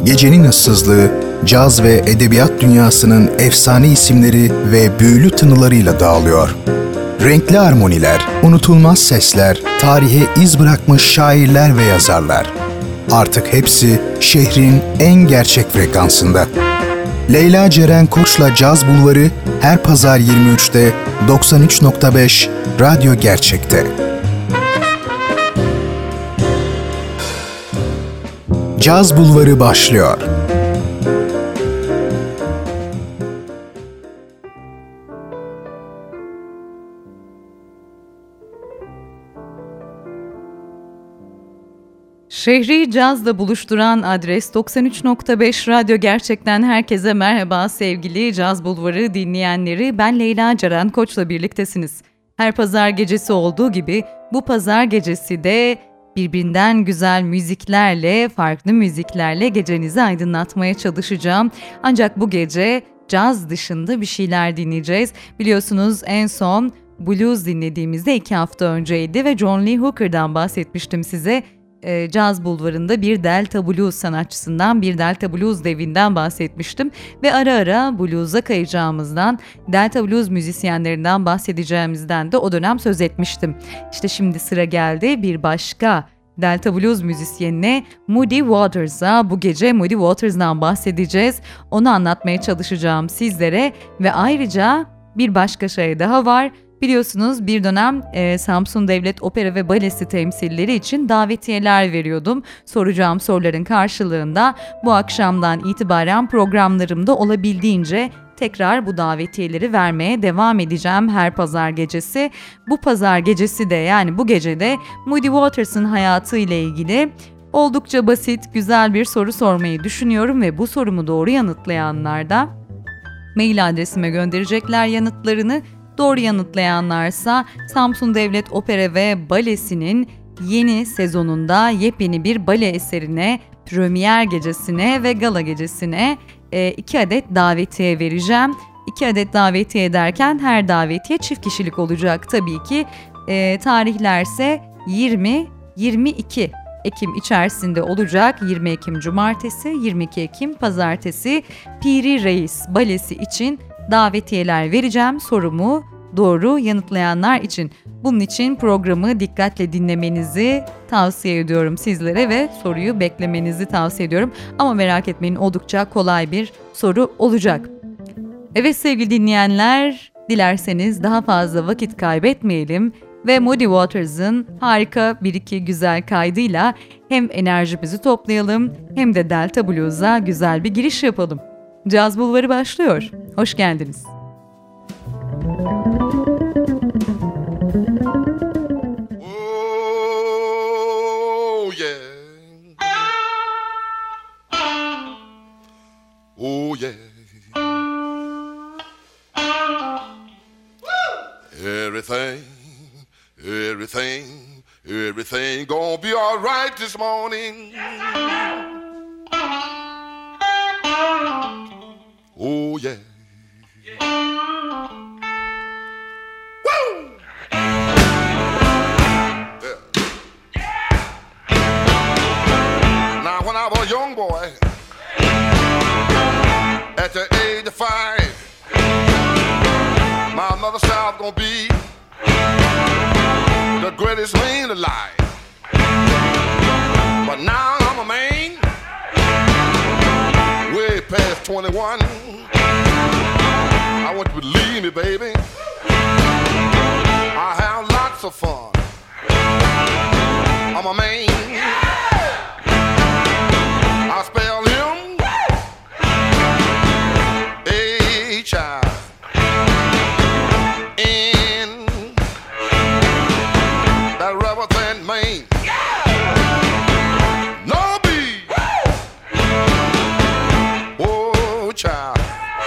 gecenin ıssızlığı, caz ve edebiyat dünyasının efsane isimleri ve büyülü tınılarıyla dağılıyor. Renkli armoniler, unutulmaz sesler, tarihe iz bırakmış şairler ve yazarlar. Artık hepsi şehrin en gerçek frekansında. Leyla Ceren Koç'la Caz Bulvarı her pazar 23'te 93.5 Radyo Gerçek'te. Caz Bulvarı başlıyor. Şehri cazla buluşturan adres 93.5 Radyo Gerçek'ten herkese merhaba sevgili Caz Bulvarı dinleyenleri. Ben Leyla Ceren Koç'la birliktesiniz. Her pazar gecesi olduğu gibi bu pazar gecesi de birbirinden güzel müziklerle, farklı müziklerle gecenizi aydınlatmaya çalışacağım. Ancak bu gece caz dışında bir şeyler dinleyeceğiz. Biliyorsunuz en son blues dinlediğimizde 2 hafta önceydi ve John Lee Hooker'dan bahsetmiştim size. Caz Bulvarı'nda bir Delta Blues sanatçısından, bir Delta Blues devinden bahsetmiştim ve ara ara blues'a kayacağımızdan, Delta Blues müzisyenlerinden bahsedeceğimizden de o dönem söz etmiştim. İşte şimdi sıra geldi bir başka Delta Blues müzisyenine, Muddy Waters'a. Bu gece Muddy Waters'dan bahsedeceğiz. Onu anlatmaya çalışacağım sizlere ve ayrıca bir başka şey daha var. Biliyorsunuz bir dönem Samsun Devlet Opera ve Balesi temsilleri için davetiyeler veriyordum. Soracağım soruların karşılığında bu akşamdan itibaren programlarımda olabildiğince tekrar bu davetiyeleri vermeye devam edeceğim her pazar gecesi. Bu pazar gecesi de, yani bu gece de Muddy Waters'ın hayatı ile ilgili oldukça basit, güzel bir soru sormayı düşünüyorum ve bu sorumu doğru yanıtlayanlar da mail adresime gönderecekler yanıtlarını. Doğru yanıtlayanlarsa Samsun Devlet Opera ve Balesi'nin yeni sezonunda yepyeni bir bale eserine, premier gecesine ve gala gecesine 2 adet davetiye vereceğim. 2 adet davetiye derken her davetiye çift kişilik olacak tabii ki. Tarihlerse 20-22 Ekim içerisinde olacak. 20 Ekim Cumartesi, 22 Ekim Pazartesi Piri Reis Balesi için davetiyeler vereceğim sorumu doğru yanıtlayanlar için. Bunun için programı dikkatle dinlemenizi tavsiye ediyorum sizlere ve soruyu beklemenizi tavsiye ediyorum. Ama merak etmeyin, oldukça kolay bir soru olacak. Evet sevgili dinleyenler, dilerseniz daha fazla vakit kaybetmeyelim ve Muddy Waters'ın harika bir iki güzel kaydıyla hem enerjimizi toplayalım hem de Delta Blues'a güzel bir giriş yapalım. Caz Bulvarı başlıyor. Hoş geldiniz. Oh yeah. Oh yeah. Everything gonna be all right this morning. Oh yeah. Woo! Yeah. Now when I was a young boy, at the age of 5, my mother said I was gonna be the greatest man alive. But now I'm a man, way past 21. I want you to believe me, baby, I have lots of fun. I'm a man, I spell him H-I-N, that rubber plant man. No B, oh child.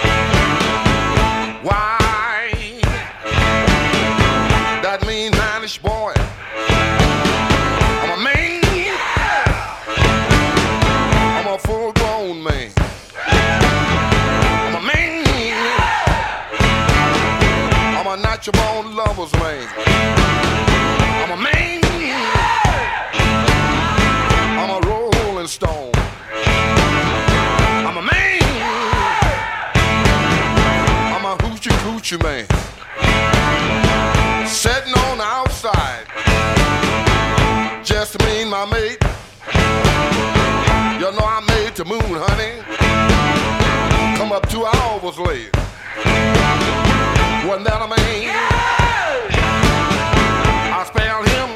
Why? That mean mannish boy. I'm a man. Gucci man sitting on the outside, just me and my mate. You know I made the moon, honey. Come up 2 hours late. Wasn't that a man? I spell him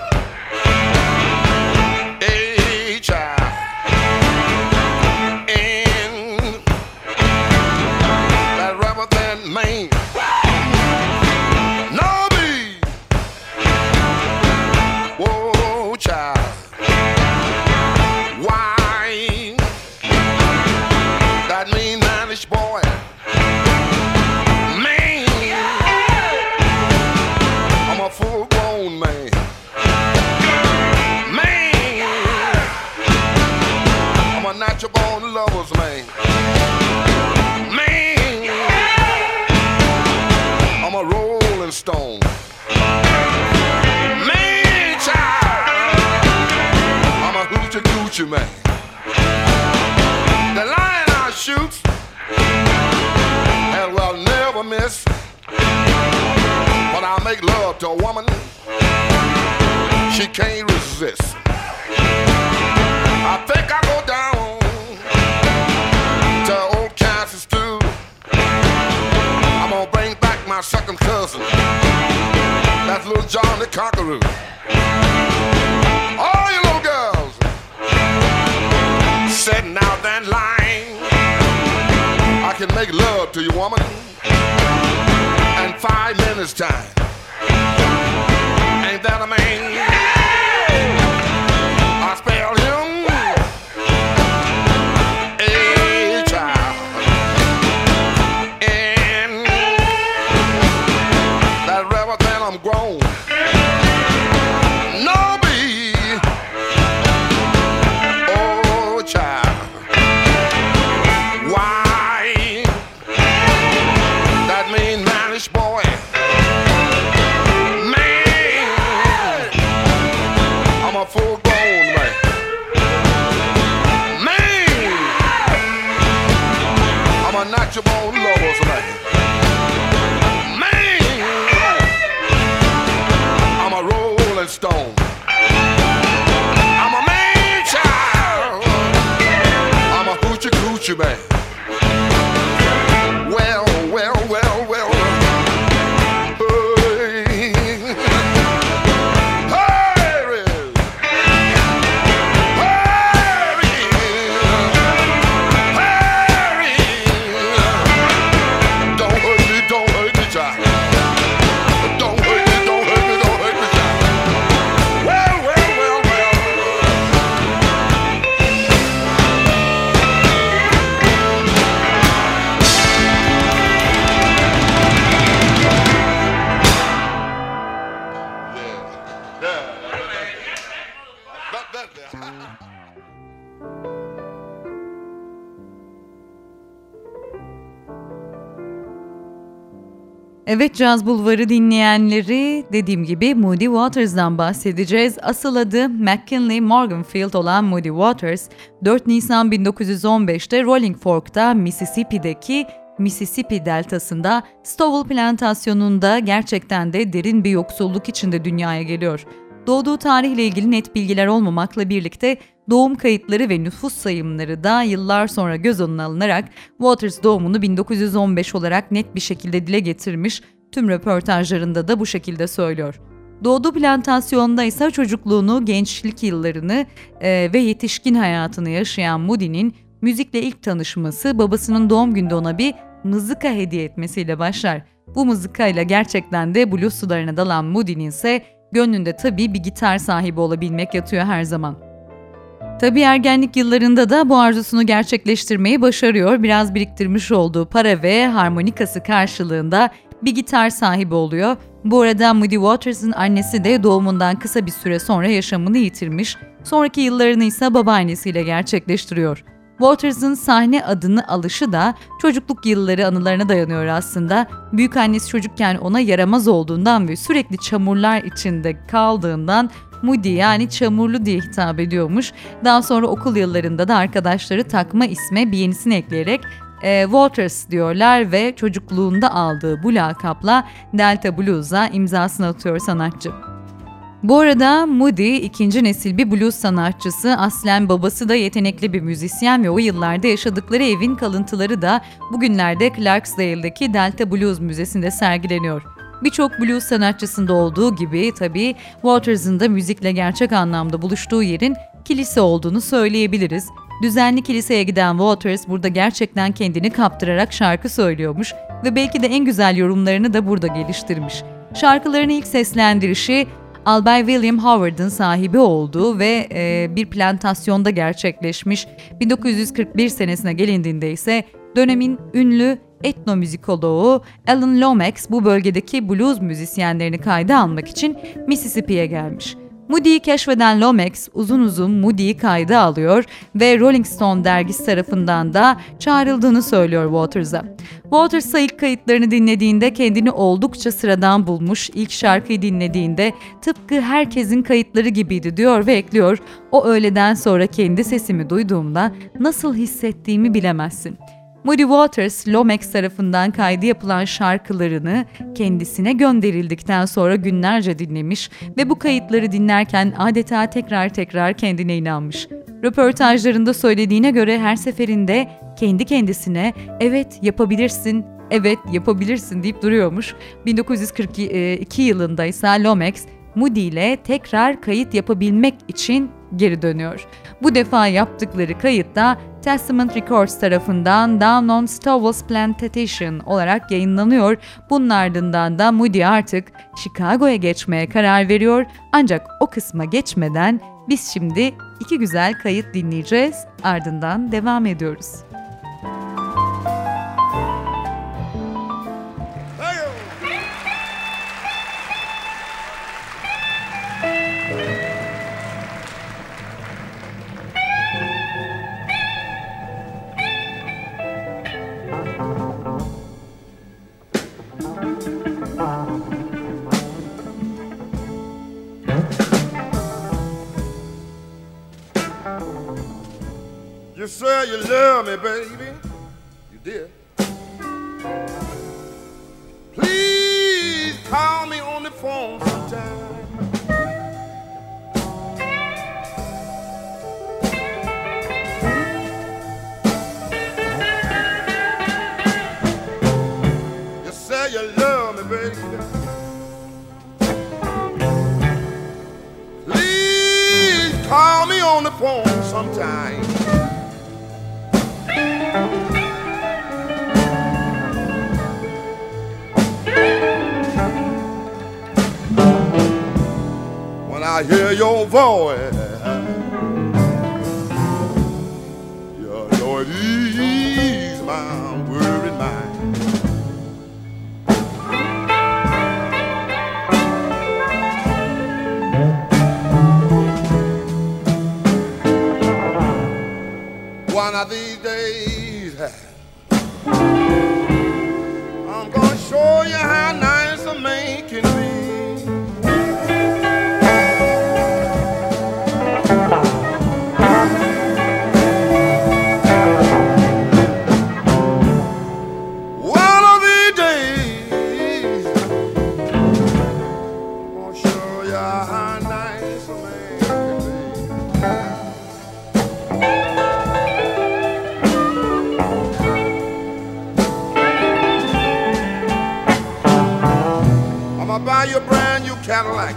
H-I-N. That rubber than man. No me. Whoa, child. Why? That mean manish boy. Full-grown man. Man, I'm a natural-born lover's man. Man, I'm a rolling stone. Man, child, I'm a hoochie-coochie man. The line I shoot, and will never miss. When I make love to a woman, she can't resist. I think I go down to old Kansas too. I'm gonna bring back my second cousin, that's little John the Conqueror. All you little girls sitting out that line, I can make love to you, woman, in 5 minutes time. Ain't that a man? I spell him H-I-N. That rebel then I'm grown. No B. Oh child. Why? That mean manish boy. Full-grown man. Man, I'm a natural-born lover's man. Man, I'm a rolling stone. I'm a man child. I'm a hoochie-coochie man. Well, well, well, well. Evet, Caz Bulvarı dinleyenleri, dediğim gibi Moody Waters'dan bahsedeceğiz. Asıl adı McKinley Morganfield olan Moody Waters, 4 Nisan 1915'te Rolling Fork'ta Mississippi'deki Mississippi deltasında Stowell plantasyonunda gerçekten de derin bir yoksulluk içinde dünyaya geliyor. Doğduğu tarihle ilgili net bilgiler olmamakla birlikte doğum kayıtları ve nüfus sayımları da yıllar sonra göz önüne alınarak Waters doğumunu 1915 olarak net bir şekilde dile getirmiş, tüm röportajlarında da bu şekilde söylüyor. Doğduğu plantasyonda ise çocukluğunu, gençlik yıllarını ve yetişkin hayatını yaşayan Moody'nin müzikle ilk tanışması babasının doğum günde ona bir mızıka hediye etmesiyle başlar. Bu mızıkayla gerçekten de blues sularına dalan Moody'nin ise gönlünde tabii bir gitar sahibi olabilmek yatıyor her zaman. Tabii ergenlik yıllarında da bu arzusunu gerçekleştirmeyi başarıyor. Biraz biriktirmiş olduğu para ve harmonikası karşılığında bir gitar sahibi oluyor. Bu arada Moody Waters'ın annesi de doğumundan kısa bir süre sonra yaşamını yitirmiş. Sonraki yıllarını ise babaannesiyle gerçekleştiriyor. Waters'ın sahne adını alışı da çocukluk yılları anılarına dayanıyor aslında. Büyükannesi çocukken ona yaramaz olduğundan ve sürekli çamurlar içinde kaldığından Moody, yani çamurlu diye hitap ediyormuş. Daha sonra okul yıllarında da arkadaşları takma isme bir yenisini ekleyerek Waters diyorlar ve çocukluğunda aldığı bu lakapla Delta Blues'a imzasını atıyor sanatçı. Bu arada Moody ikinci nesil bir blues sanatçısı, aslen babası da yetenekli bir müzisyen ve o yıllarda yaşadıkları evin kalıntıları da bugünlerde Clarksdale'deki Delta Blues Müzesi'nde sergileniyor. Birçok blues sanatçısında olduğu gibi tabii Waters'ın da müzikle gerçek anlamda buluştuğu yerin kilise olduğunu söyleyebiliriz. Düzenli kiliseye giden Waters burada gerçekten kendini kaptırarak şarkı söylüyormuş ve belki de en güzel yorumlarını da burada geliştirmiş. Şarkılarını ilk seslendirişi Albay William Howard'ın sahibi olduğu ve bir plantasyonda gerçekleşmiş. 1941 senesine gelindiğinde ise dönemin ünlü etnomüzikoloğu Alan Lomax bu bölgedeki blues müzisyenlerini kayda almak için Mississippi'ye gelmiş. Moody'yi keşfeden Lomax uzun uzun Moody'yi kayda alıyor ve Rolling Stone dergisi tarafından da çağrıldığını söylüyor Waters'a. Waters ilk kayıtlarını dinlediğinde kendini oldukça sıradan bulmuş, ilk şarkıyı dinlediğinde tıpkı herkesin kayıtları gibiydi diyor ve ekliyor, o öğleden sonra kendi sesimi duyduğumda nasıl hissettiğimi bilemezsin. Moody Waters, Lomax tarafından kaydı yapılan şarkılarını kendisine gönderildikten sonra günlerce dinlemiş ve bu kayıtları dinlerken adeta tekrar kendine inanmış. Röportajlarında söylediğine göre her seferinde kendi kendisine evet yapabilirsin deyip duruyormuş. 1942 yılında ise Lomax, Moody ile tekrar kayıt yapabilmek için geri dönüyor. Bu defa yaptıkları kayıtta Testament Records tarafından Down on Stowell's Plantation olarak yayınlanıyor. Bunun ardından da Moody artık Chicago'ya geçmeye karar veriyor. Ancak o kısma geçmeden biz şimdi iki güzel kayıt dinleyeceğiz. Ardından devam ediyoruz. You say you love me, baby. You did. Please call me on the phone sometime. You say you love me, baby. Please call me on the phone sometime. I hear your voice, you know it ease my worried mind. One of these days, I'm gonna show you how nice a man can be. Buy you a brand new Cadillac.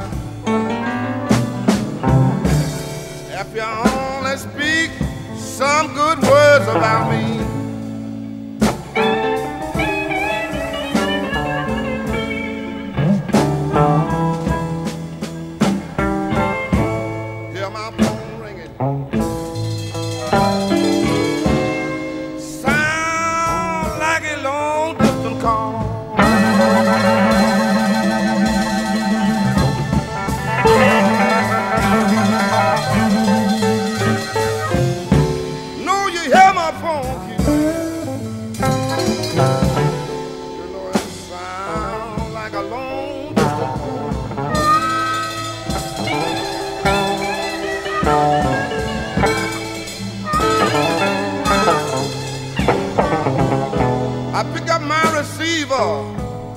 If you only speak some good words about me. Hear my phone ringing. Sound like a long distance call. fever.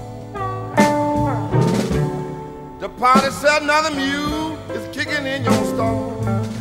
The party said another mule is kicking in your stall.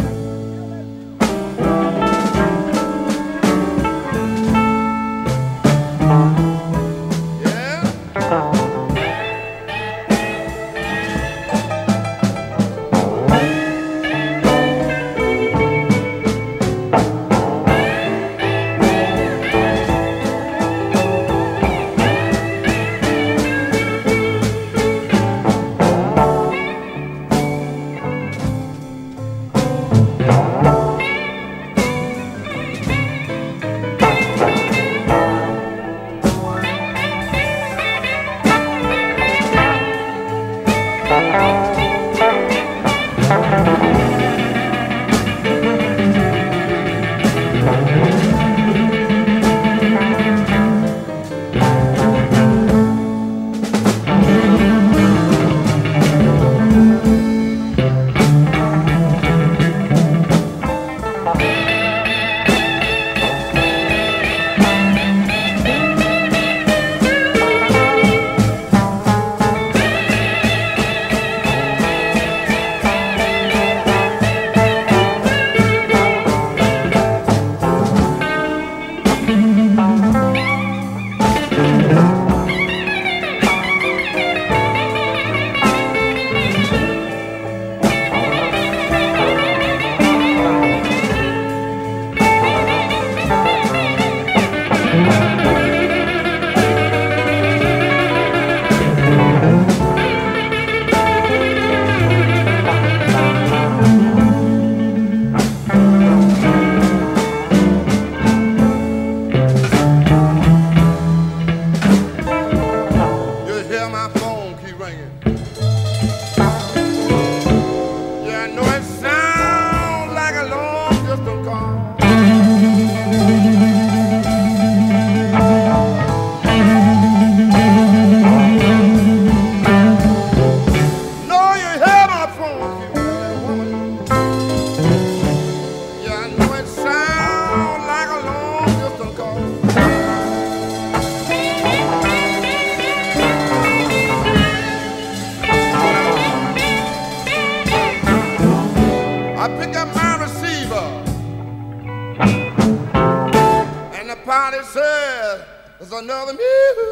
Another mule.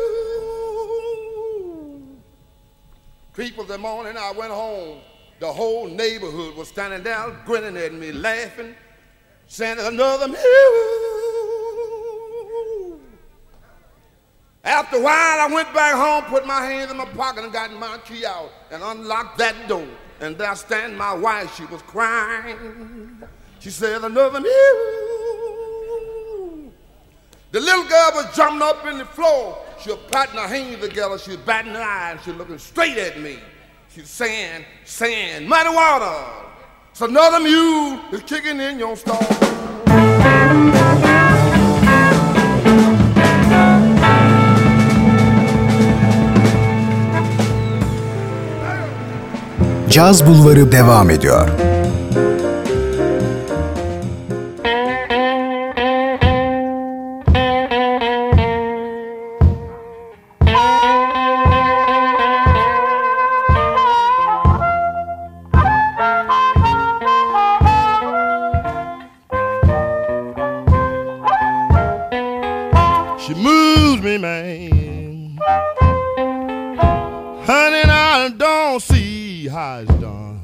People, the morning I went home, the whole neighborhood was standing there grinning at me, laughing, saying another mule. After a while, I went back home, put my hands in my pocket and got my key out and unlocked that door. And there stand my wife, she was crying. She said another mule. The little girl was jumping up in the floor. She was patting her hands together. She was batting her eyes. She was looking straight at me. She was saying, muddy water. So another mule is kicking in your stall. Caz Bulvarı devam ediyor. She moves me, man. Honey, I don't see how it's done.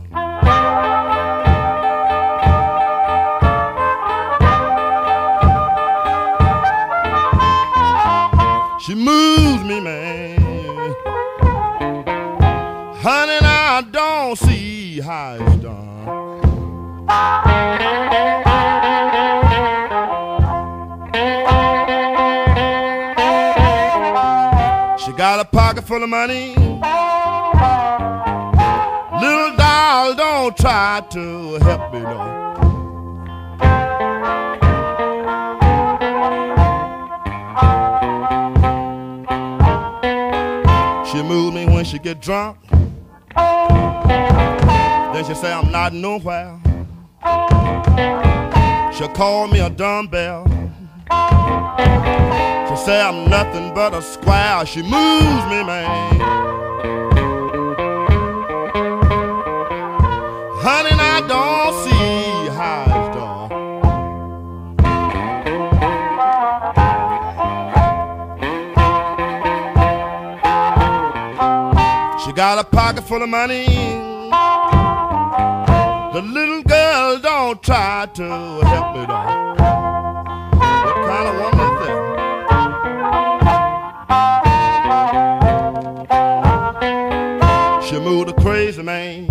She moves me, man. Honey, I don't see how it's done. She got a pocket full of money. Little doll, don't try to help me, no. She moves me when she get drunk. Then she say I'm not nowhere. She'll call me a dumbbell. She say I'm nothing but a square. She moves me, man. Honey, I don't see how it's done. She got a pocket full of money. The little girl don't try to help me, though. What kind of woman is that? She moved a crazy man.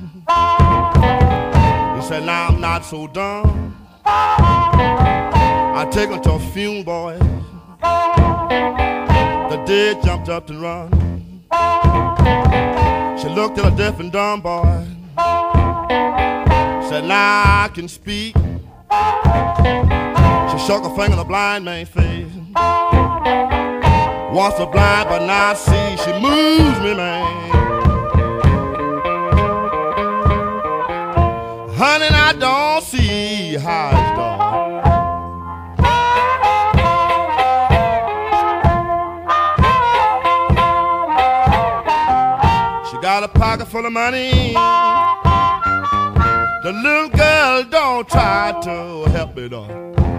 He said, now I'm not so dumb. I take him to a funeral, boy. The dead jumped up and run. She looked at a deaf and dumb boy. Said, now I can speak. She shook her finger in the blind man's face. Once a blind but now I see. She moves me, man. Honey, I don't see how it's done. She got a pocket full of money. The little girl don't try to help me, though.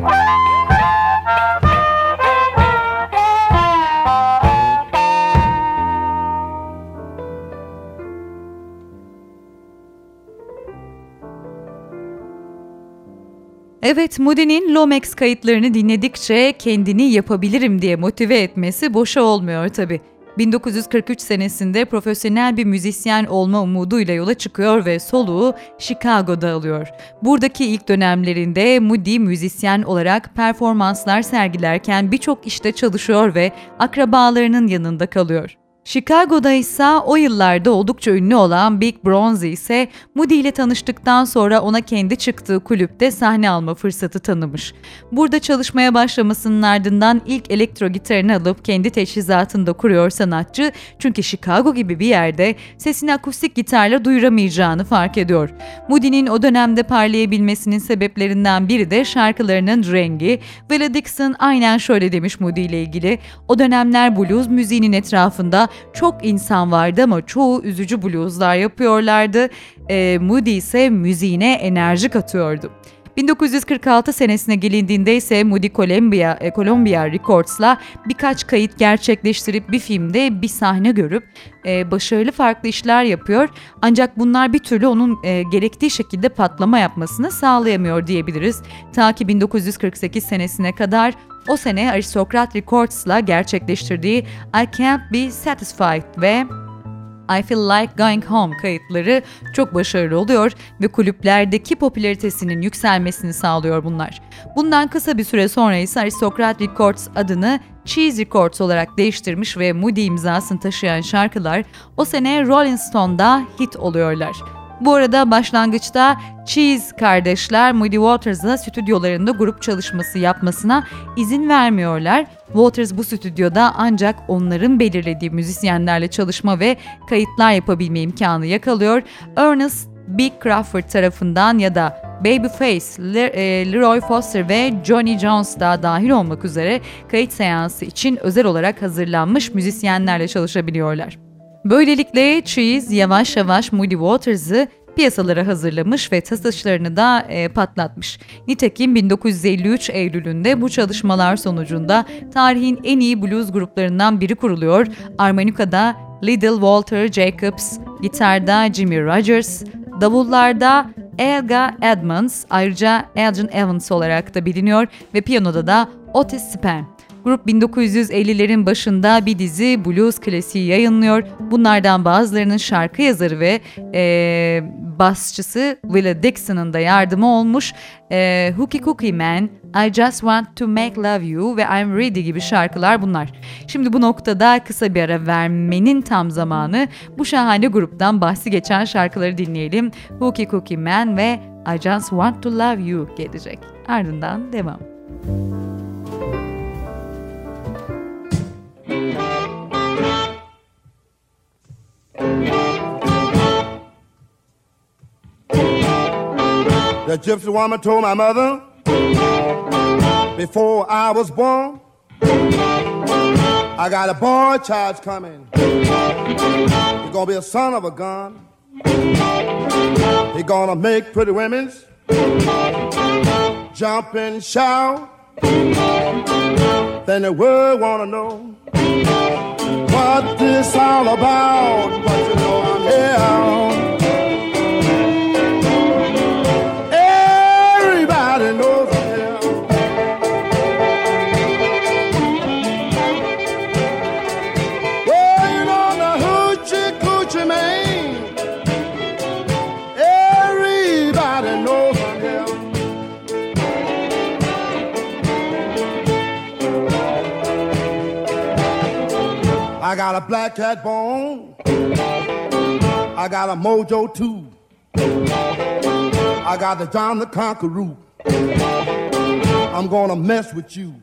Evet, Moody'nin Lomax kayıtlarını dinledikçe kendini yapabilirim diye motive etmesi boşa olmuyor tabii. 1943 senesinde profesyonel bir müzisyen olma umuduyla yola çıkıyor ve soluğu Chicago'da alıyor. Buradaki ilk dönemlerinde Moody müzisyen olarak performanslar sergilerken birçok işte çalışıyor ve akrabalarının yanında kalıyor. Chicago'da ise o yıllarda oldukça ünlü olan Big Bronze ise Moody ile tanıştıktan sonra ona kendi çıktığı kulüpte sahne alma fırsatı tanımış. Burada çalışmaya başlamasının ardından ilk elektro gitarını alıp kendi teçhizatını da kuruyor sanatçı. Çünkü Chicago gibi bir yerde sesini akustik gitarla duyuramayacağını fark ediyor. Moody'nin o dönemde parlayabilmesinin sebeplerinden biri de şarkılarının rengi. Willa Dixon aynen şöyle demiş Moody ile ilgili: "O dönemler blues müziğinin etrafında çok insan vardı ama çoğu üzücü blueslar yapıyorlardı. Moody ise müziğine enerji katıyordu." 1946 senesine gelindiğinde ise Moody Columbia Records'la birkaç kayıt gerçekleştirip bir filmde bir sahne görüp başarılı farklı işler yapıyor. Ancak bunlar bir türlü onun gerektiği şekilde patlama yapmasını sağlayamıyor diyebiliriz. Ta ki 1948 senesine kadar. O sene Aristocrat Records'la gerçekleştirdiği I Can't Be Satisfied ve I Feel Like Going Home kayıtları çok başarılı oluyor ve kulüplerdeki popülaritesinin yükselmesini sağlıyor bunlar. Bundan kısa bir süre sonra ise Aristocrat Records adını Cheese Records olarak değiştirmiş ve Moody imzasını taşıyan şarkılar o sene Rolling Stone'da hit oluyorlar. Bu arada başlangıçta Cheese kardeşler Muddy Waters'a stüdyolarında grup çalışması yapmasına izin vermiyorlar. Waters bu stüdyoda ancak onların belirlediği müzisyenlerle çalışma ve kayıtlar yapabilme imkanı yakalıyor. Ernest B. Crawford tarafından ya da Babyface, Leroy Foster ve Johnny Jones da dahil olmak üzere kayıt seansı için özel olarak hazırlanmış müzisyenlerle çalışabiliyorlar. Böylelikle Cheese yavaş yavaş Muddy Waters'ı piyasalara hazırlamış ve tasışlarını da patlatmış. Nitekim 1953 Eylül'ünde bu çalışmalar sonucunda tarihin en iyi blues gruplarından biri kuruluyor. Armonika'da Little Walter Jacobs, gitarda Jimmy Rogers, davullarda Elga Edmonds, ayrıca Elgin Evans olarak da biliniyor ve piyanoda da Otis Spann. Grup 1950'lerin başında bir dizi blues klasiği yayınlıyor. Bunlardan bazılarının şarkı yazarı ve basçısı Willa Dixon'ın da yardımı olmuş. Hooky Cookie Man, I Just Want to Make Love You ve I'm Ready gibi şarkılar bunlar. Şimdi bu noktada kısa bir ara vermenin tam zamanı. Bu şahane gruptan bahsi geçen şarkıları dinleyelim. Hooky Cookie Man ve I Just Want to Love You gelecek. Ardından devam. The gypsy woman told my mother before I was born, I got a boy child coming. He's gonna be a son of a gun. He's gonna make pretty women's jump and shout. Then the world wanna know what this all about. But you know I'm here. Everybody knows I'm here. Well, you know the hoochie coochie man. Everybody knows I'm here. I got a black cat bone. I got a mojo too. I got the John the Conqueror. I'm gonna mess with you.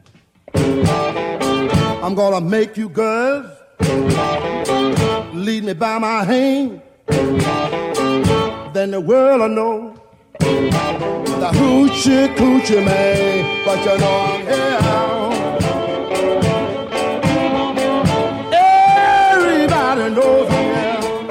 I'm gonna make you girls lead me by my hand. Then the world will know the hoochie coochie man. But you know I'm here. Everybody knows I'm here.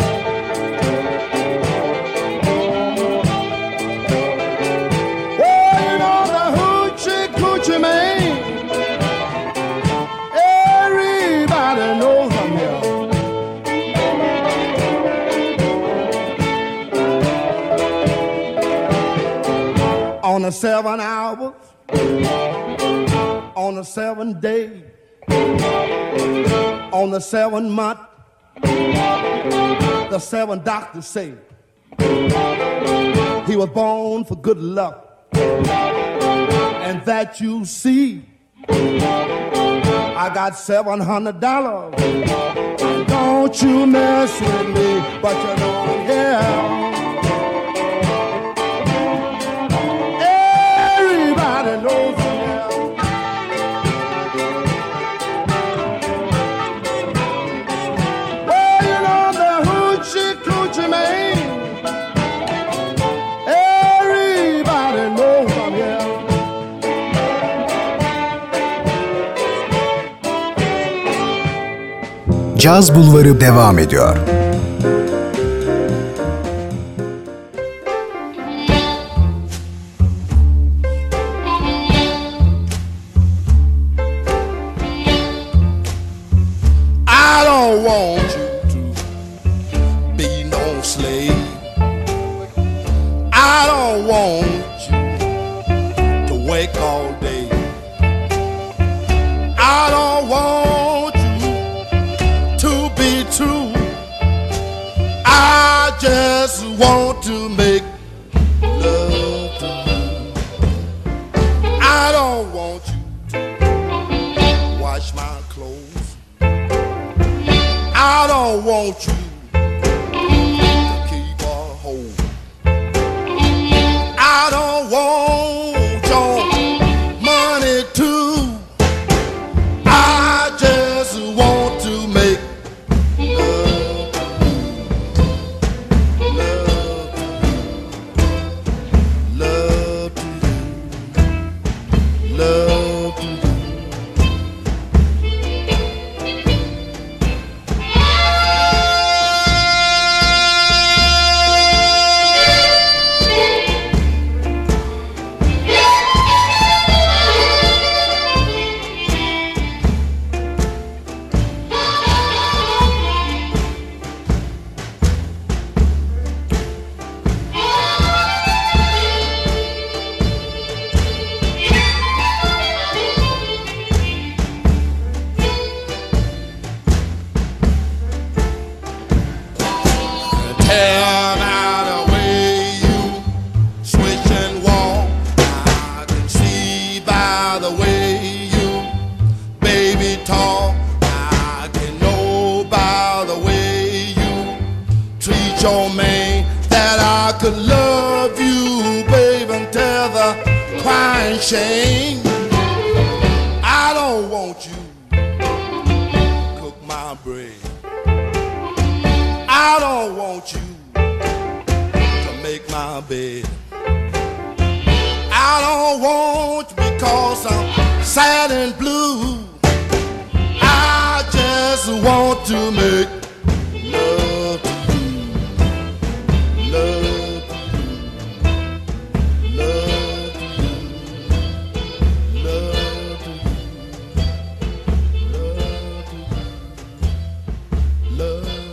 On the 7 hours, on the 7 days, on the 7 month, the 7 doctors say he was born for good luck, and that you see. I got $700. Don't you mess with me, but you know I'm here. Knows I'm here. Well, you know the hoochie coochie man. Everybody knows I'm here. Caz Bulvarı devam ediyor. Want you to be no slave. I don't want you to wake all day. I don't want you to be true. I just want to make love to you. I don't want you to wash my clothes. I don't want you to keep a hold. I don't want your money too. I just want to make love to you. Love to you. Love to you. Love to you. Your man that I could love you, baby, until the crying shame. I don't want you to cook my bread. I don't want you to make my bed. I don't want you because I'm sad and blue. want to make love to you, love to you, love to you, love to you, love to you, love to you.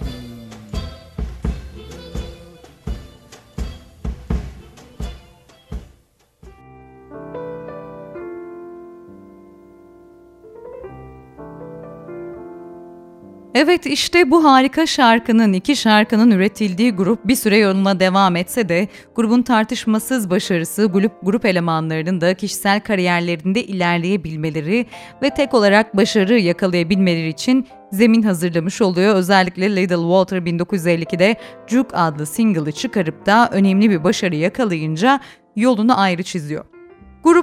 Evet, işte bu harika şarkının, iki şarkının üretildiği grup bir süre yoluna devam etse de grubun tartışmasız başarısı grup elemanlarının da kişisel kariyerlerinde ilerleyebilmeleri ve tek olarak başarı yakalayabilmeleri için zemin hazırlamış oluyor. Özellikle Little Walter 1952'de Juke adlı single'ı çıkarıp da önemli bir başarı yakalayınca yolunu ayrı çiziyor. Grup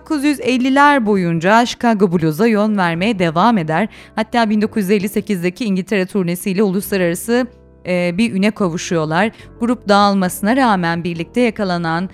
1950'ler boyunca Chicago Blues'a yön vermeye devam eder. Hatta 1958'deki İngiltere turnesiyle uluslararası bir üne kavuşuyorlar. Grup dağılmasına rağmen birlikte yakalanan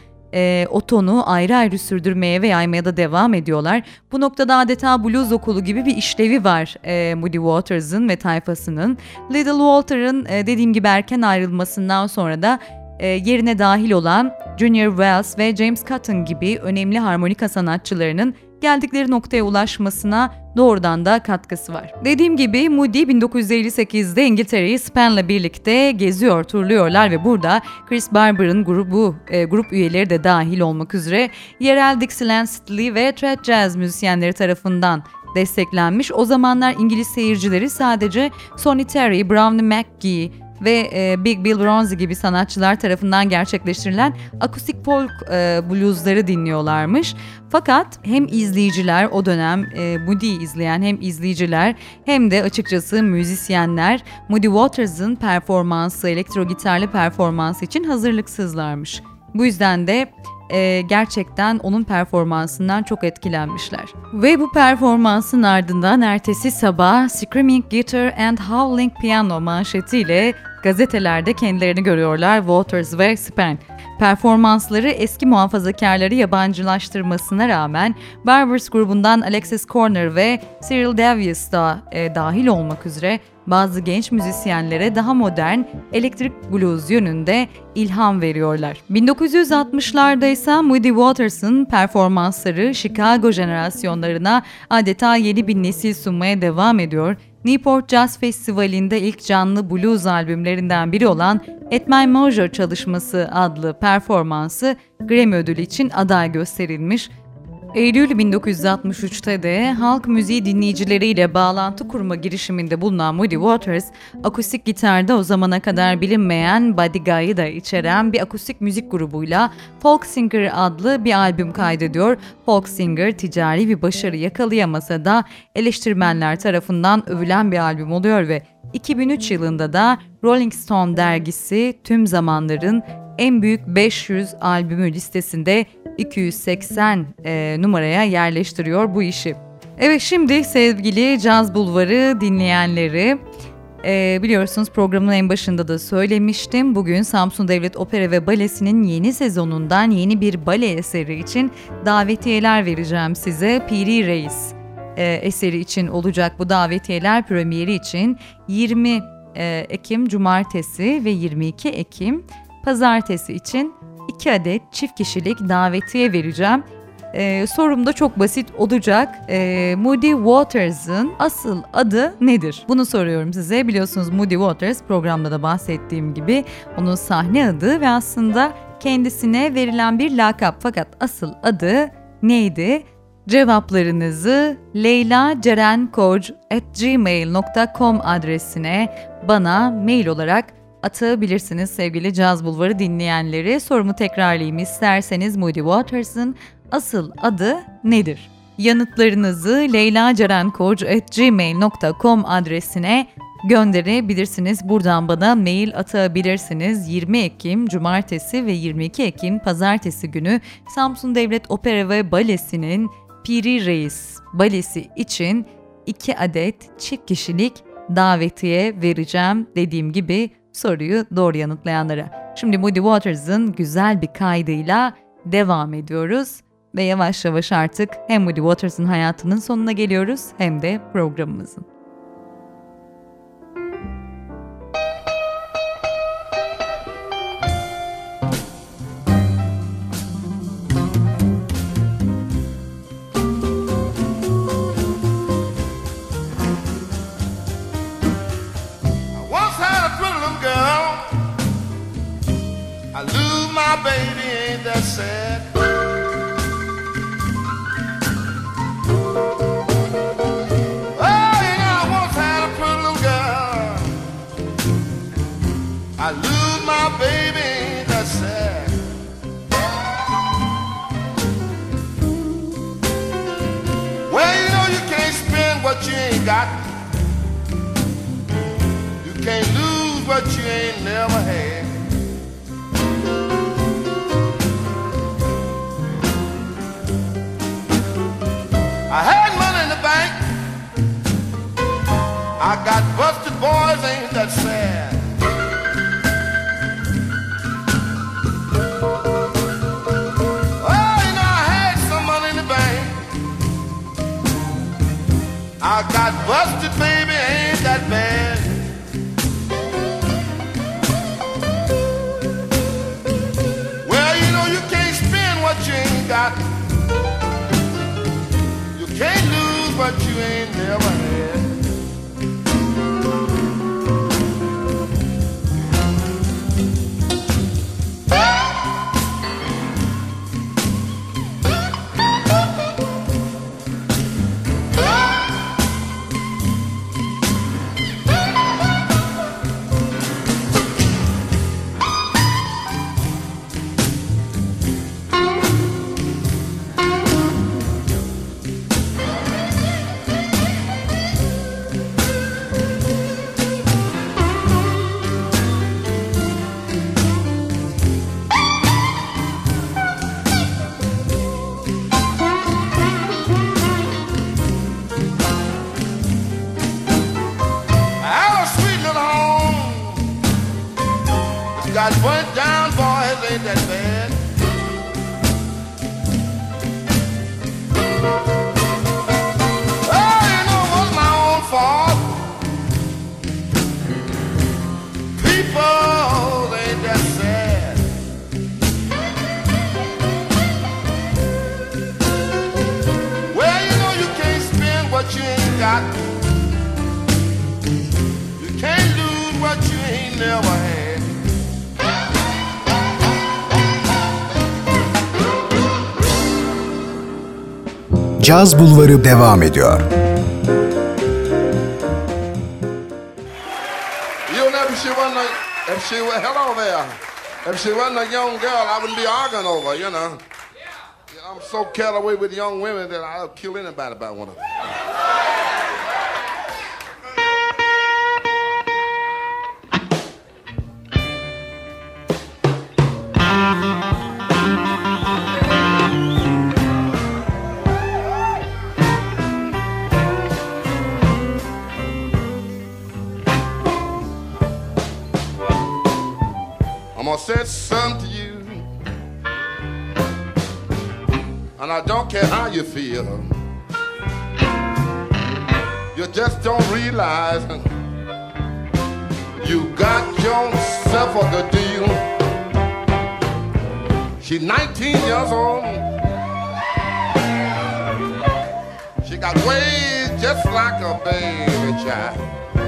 o tonu ayrı ayrı sürdürmeye ve yaymaya da devam ediyorlar. Bu noktada adeta blues okulu gibi bir işlevi var Muddy Waters'ın ve tayfasının. Little Walter'ın dediğim gibi erken ayrılmasından sonra da yerine dahil olan Junior Wells ve James Cotton gibi önemli harmonika sanatçılarının geldikleri noktaya ulaşmasına doğrudan da katkısı var. Dediğim gibi Moody 1958'de İngiltere'yi Span'la birlikte geziyor, turluyorlar ve burada Chris Barber'ın grup üyeleri de dahil olmak üzere yerel Dixieland stili ve trad jazz müzisyenleri tarafından desteklenmiş. O zamanlar İngiliz seyircileri sadece Sonny Terry, Brownie McGee ve Big Bill Bronzy gibi sanatçılar tarafından gerçekleştirilen akustik folk bluesları dinliyorlarmış. Fakat hem izleyiciler o dönem Moody'yi izleyen hem izleyiciler hem de açıkçası müzisyenler Muddy Waters'ın performansı, elektro gitarlı performansı için hazırlıksızlarmış. Bu yüzden de gerçekten onun performansından çok etkilenmişler. Ve bu performansın ardından ertesi sabah Screaming Guitar and Howling Piano manşetiyle gazetelerde kendilerini görüyorlar Waters ve Span. Performansları eski muhafazakarları yabancılaştırmasına rağmen Barbers grubundan Alexis Corner ve Cyril Davies da dahil olmak üzere bazı genç müzisyenlere daha modern elektrik blues yönünde ilham veriyorlar. 1960'larda ise Muddy Waters'ın performansları Chicago jenerasyonlarına adeta yeni bir nesil sunmaya devam ediyor. Newport Jazz Festivali'nde ilk canlı blues albümlerinden biri olan At My Measure çalışması adlı performansı Grammy ödülü için aday gösterilmiş. Eylül 1963'te de halk müziği dinleyicileriyle bağlantı kurma girişiminde bulunan Muddy Waters, akustik gitarda o zamana kadar bilinmeyen Buddy Guy'ı da içeren bir akustik müzik grubuyla Folk Singer adlı bir albüm kaydediyor. Folk Singer ticari bir başarı yakalayamasa da eleştirmenler tarafından övülen bir albüm oluyor ve 2003 yılında da Rolling Stone dergisi tüm zamanların en büyük 500 albümü listesinde 280 numaraya yerleştiriyor bu işi. Evet, şimdi sevgili Caz Bulvarı dinleyenleri, biliyorsunuz programın en başında da söylemiştim. Bugün Samsun Devlet Opera ve Balesi'nin yeni sezonundan yeni bir bale eseri için davetiyeler vereceğim size. Piri Reis eseri için olacak bu davetiyeler. Premieri için 20 Ekim Cumartesi ve 22 Ekim Pazartesi için 2 adet çift kişilik davetiye vereceğim. Sorum da çok basit olacak. Muddy Waters'ın asıl adı nedir? Bunu soruyorum size. Biliyorsunuz Muddy Waters, programda da bahsettiğim gibi onun sahne adı ve aslında kendisine verilen bir lakap. Fakat asıl neydi? Cevaplarınızı leylacerenkoç@gmail.com adresine bana mail olarak atabilirsiniz sevgili Caz Bulvarı dinleyenleri. Sorumu tekrarlayayım isterseniz, Muddy Waters'ın asıl adı nedir? Yanıtlarınızı leylacerenkoç@gmail.com adresine gönderebilirsiniz. Buradan bana mail atabilirsiniz. 20 Ekim Cumartesi ve 22 Ekim Pazartesi günü Samsun Devlet Opera ve Balesi'nin Piri Reis balesi için 2 adet çift kişilik davetiye vereceğim dediğim gibi soruyu doğru yanıtlayanlara. Şimdi Muddy Waters'ın güzel bir kaydıyla devam ediyoruz ve yavaş yavaş artık hem Muddy Waters'ın hayatının sonuna geliyoruz hem de programımızın. baby, ain't that sad? Oh, you know, I once had a pretty little girl. I lose my baby, ain't that sad? Well, you know, you can't spend what you ain't got. You can't lose what you ain't never had. I had money in the bank. I got busted, boys, ain't that sad? Oh, you know, I had some money in the bank. I got busted, baby, ain't that bad? Well, you know, you can't spend what you ain't got. You can't lose what you ain't never had. Got burnt down, boys, ain't that bad? Oh, you know, it was my own fault. People, ain't that sad? Well, you know, you can't spend what you ain't got. You can't lose what you ain't never had. Caz Bulvarı devam ediyor. If she were, hello there. If she wasn't a young girl, I wouldn't be arguing over, you know. I'm so carried away with young women that I'll kill anybody about one of them. I'm gonna say something to you, and I don't care how you feel. You just don't realize you got yourself a good deal. She's 19 years old. She got ways just like a baby child.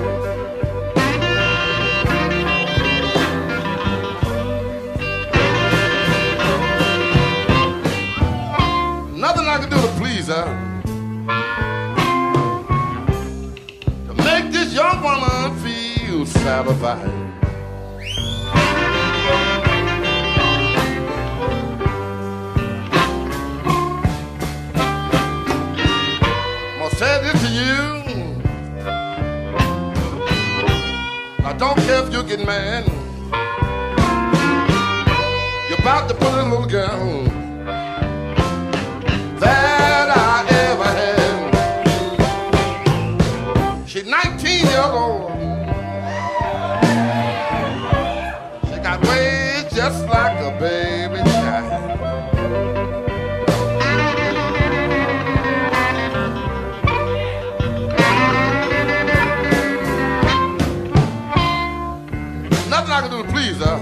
Nothing I can do to please her, to make this young woman feel satisfied. I'm gonna say this to you. I don't care if you get mad. You're about to put a little girl that I ever had. She's 19 years old. She got ways just like a baby child. Nothing I can do to please her,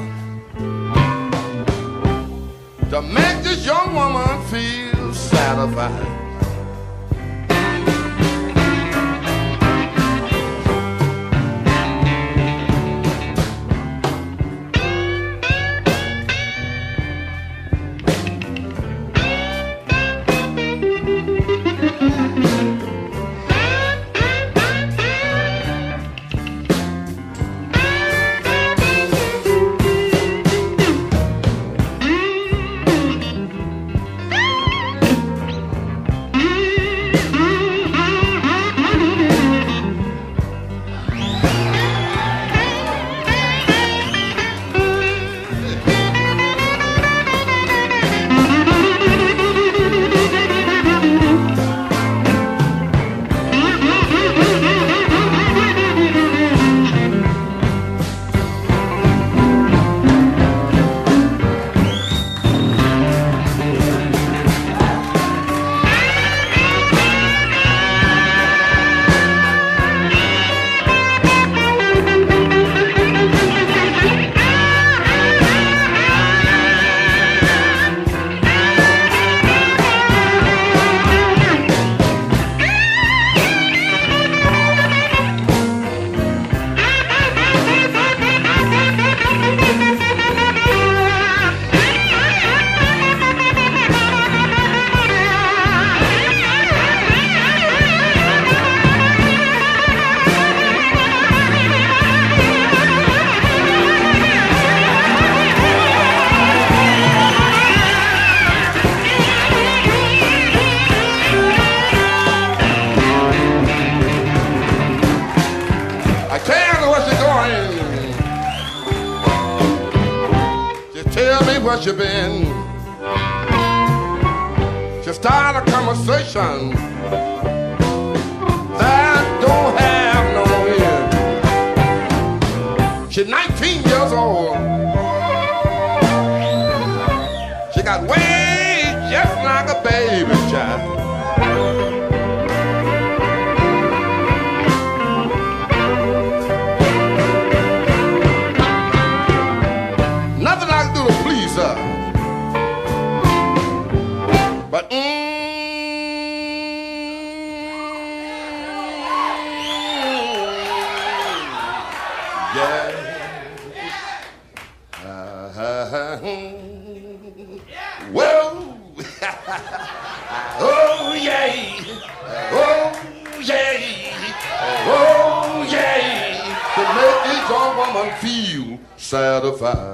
to make this young woman feel satisfied. tell me where she going. She tell me where she been. She start a conversation that don't have no end. She's 19 years old. She got ways just like a baby child. Nothing I can do to please her. But yeah. Well, oh yeah, oh yeah, oh yeah, to make each young woman feel satisfied.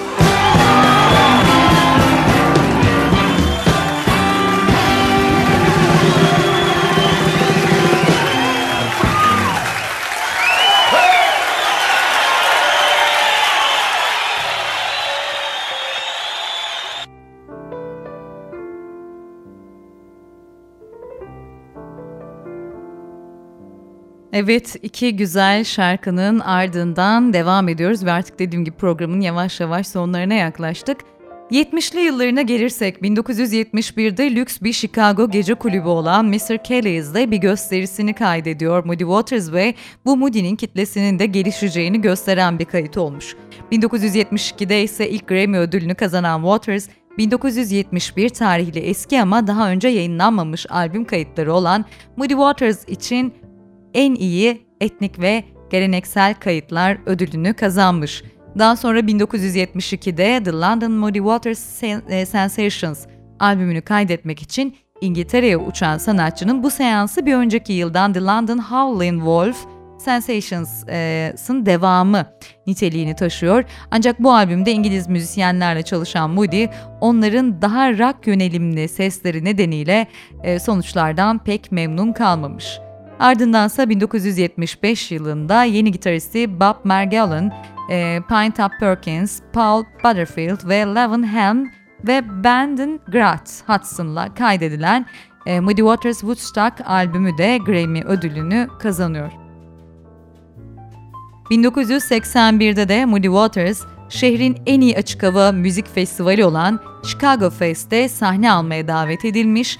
Evet, iki güzel şarkının ardından devam ediyoruz ve artık dediğim gibi programın yavaş yavaş sonlarına yaklaştık. 70'li yıllarına gelirsek 1971'de lüks bir Chicago gece kulübü olan Mr. Kelly's'de bir gösterisini kaydediyor Muddy Waters ve bu Moody'nin kitlesinin de gelişeceğini gösteren bir kayıt olmuş. 1972'de ise ilk Grammy ödülünü kazanan Waters, 1971 tarihli eski ama daha önce yayınlanmamış albüm kayıtları olan Muddy Waters için en iyi etnik ve geleneksel kayıtlar ödülünü kazanmış. Daha sonra 1972'de The London Muddy Waters Sensations albümünü kaydetmek için İngiltere'ye uçan sanatçının bu seansı bir önceki yıldan The London Howlin' Wolf Sensations'ın devamı niteliğini taşıyor. Ancak bu albümde İngiliz müzisyenlerle çalışan Moody, onların daha rock yönelimli sesleri nedeniyle sonuçlardan pek memnun kalmamış. Ardındansa 1975 yılında yeni gitaristi Bob Margolin, Pine Top Perkins, Paul Butterfield ve Levin Helm ve Brandon Gratz Hudson'la kaydedilen Muddy Waters Woodstock albümü de Grammy ödülünü kazanıyor. 1981'de de Muddy Waters, şehrin en iyi açık hava müzik festivali olan Chicago Fest'te sahne almaya davet edilmiş.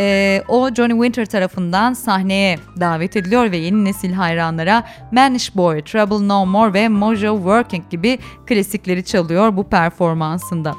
O Johnny Winter tarafından sahneye davet ediliyor ve yeni nesil hayranlara Manish Boy, Trouble No More ve Mojo Working gibi klasikleri çalıyor bu performansında.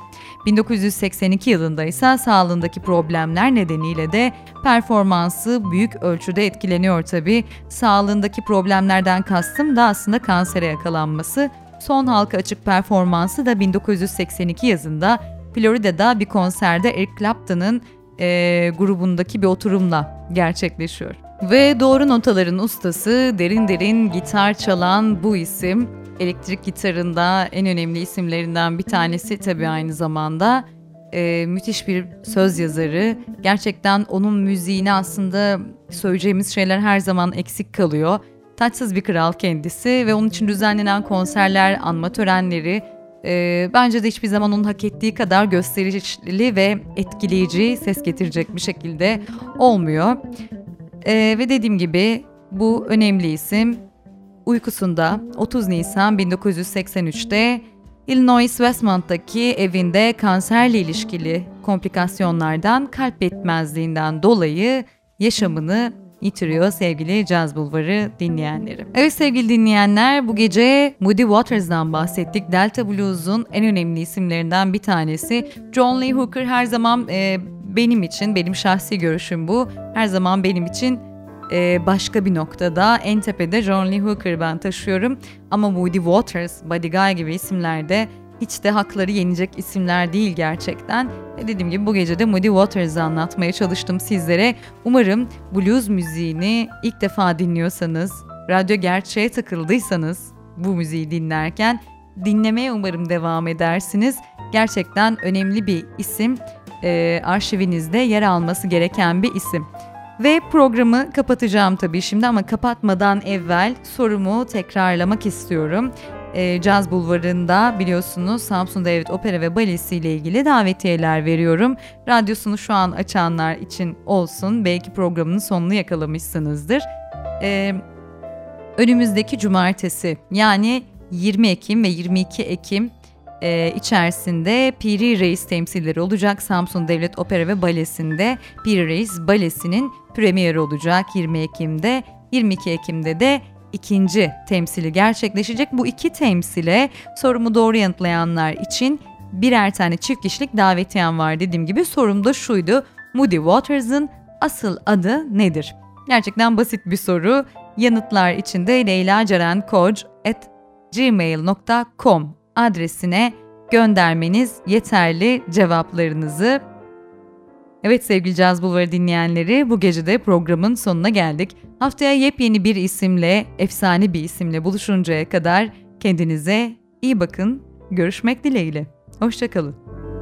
1982 yılında ise sağlığındaki problemler nedeniyle de performansı büyük ölçüde etkileniyor tabii. Sağlığındaki problemlerden kastım da aslında kansere yakalanması. Son halka açık performansı da 1982 yazında Florida'da bir konserde Eric Clapton'ın grubundaki bir oturumla gerçekleşiyor. Ve doğru notaların ustası, derin derin gitar çalan bu isim, elektrik gitarında en önemli isimlerinden bir tanesi tabii aynı zamanda. Müthiş bir söz yazarı. Gerçekten onun müziğini aslında söyleyeceğimiz şeyler her zaman eksik kalıyor. Taçsız bir kral kendisi ve onun için düzenlenen konserler, anma törenleri bence de hiçbir zaman onun hak ettiği kadar gösterişli ve etkileyici ses getirecek bir şekilde olmuyor. Ve dediğim gibi bu önemli isim uykusunda 30 Nisan 1983'te Illinois Westmont'taki evinde kanserle ilişkili komplikasyonlardan, kalp yetmezliğinden dolayı yaşamını yitiriyor sevgili Caz Bulvarı dinleyenleri. Evet sevgili dinleyenler, bu gece Muddy Waters'dan bahsettik. Delta Blues'un en önemli isimlerinden bir tanesi. John Lee Hooker her zaman benim için, benim şahsi görüşüm bu, her zaman benim için başka bir noktada, en tepede John Lee Hooker ben taşıyorum. Ama Muddy Waters, Buddy Guy gibi isimler de hiç de hakları yenecek isimler değil gerçekten. Dediğim gibi bu gece de Muddy Waters'ı anlatmaya çalıştım sizlere. Umarım blues müziğini ilk defa dinliyorsanız, radyo gerçeğe takıldıysanız bu müziği dinlerken dinlemeye umarım devam edersiniz. Gerçekten önemli bir isim, arşivinizde yer alması gereken bir isim. Ve programı kapatacağım tabii şimdi ama kapatmadan evvel sorumu tekrarlamak istiyorum. Caz Bulvarı'nda biliyorsunuz Samsun Devlet Opera ve Balesi ile ilgili davetiyeler veriyorum. Radyosunu şu an açanlar için olsun, belki programın sonunu yakalamışsınızdır. Önümüzdeki cumartesi, yani 20 Ekim ve 22 Ekim içerisinde Piri Reis temsilleri olacak. Samsun Devlet Opera ve Balesi'nde Piri Reis Balesi'nin premieri olacak 20 Ekim'de. 22 Ekim'de de ikinci temsili gerçekleşecek. Bu iki temsile sorumu doğru yanıtlayanlar için birer tane çift kişilik davetiyem var dediğim gibi. Sorum da şuydu: Muddy Waters'ın asıl adı nedir? Gerçekten basit bir soru. Yanıtlar için de leylacerenkoc@gmail.com adresine göndermeniz yeterli cevaplarınızı. Evet sevgili Caz Bulvarı dinleyenleri, bu gece de programın sonuna geldik. Haftaya yepyeni bir isimle, efsane bir isimle buluşuncaya kadar kendinize iyi bakın. Görüşmek dileğiyle. Hoşça kalın.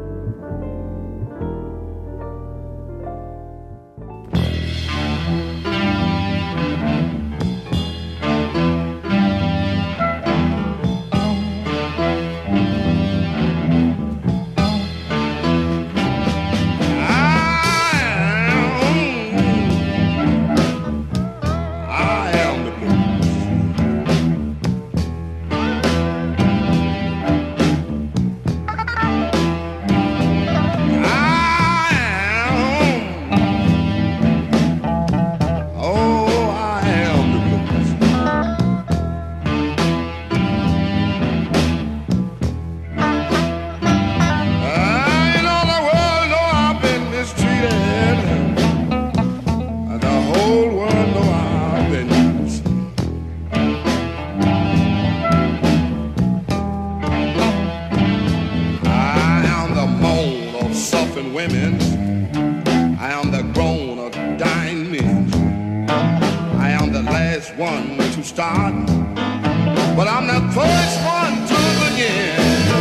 But I'm the first one to begin.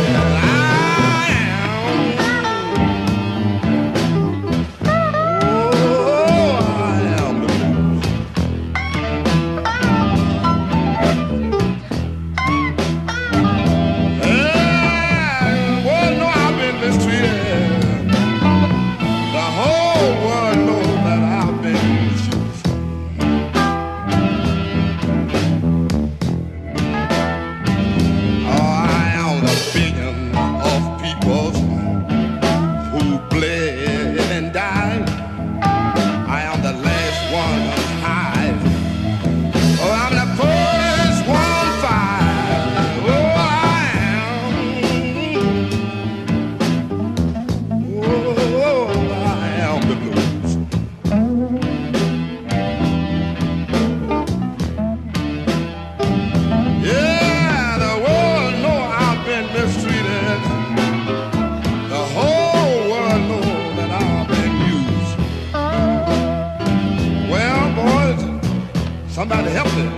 Somebody help me.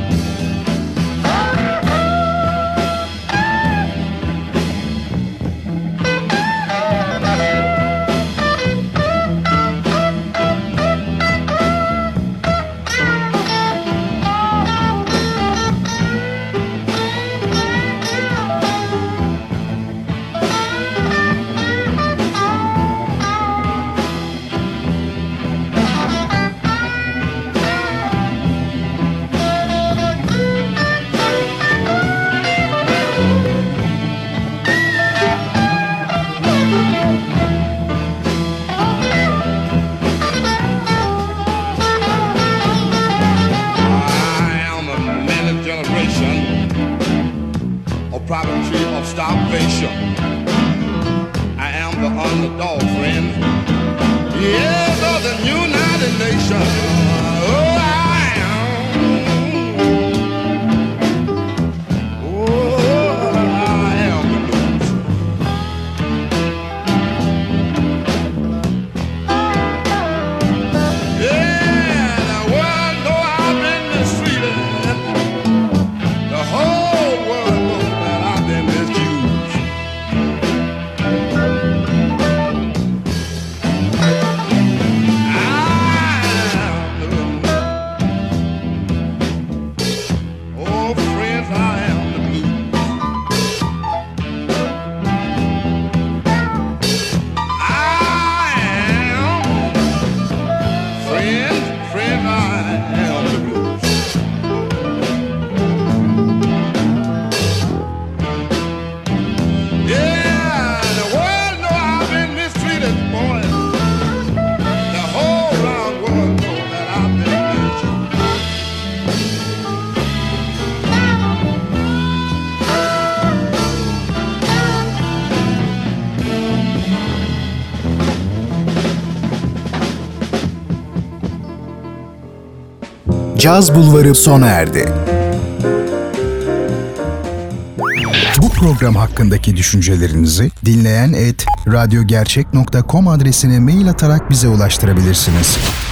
Property of starvation. I am the underdog, friend. Yes, of the United Nations. Oh, I am. Oh, I am the blues. Yeah, the world know I've been mistreated. The whole world knows that I've been misused. Caz Bulvarı sona erdi. Bu program hakkındaki düşüncelerinizi dinleyen@radyogercek.com adresine mail atarak bize ulaştırabilirsiniz.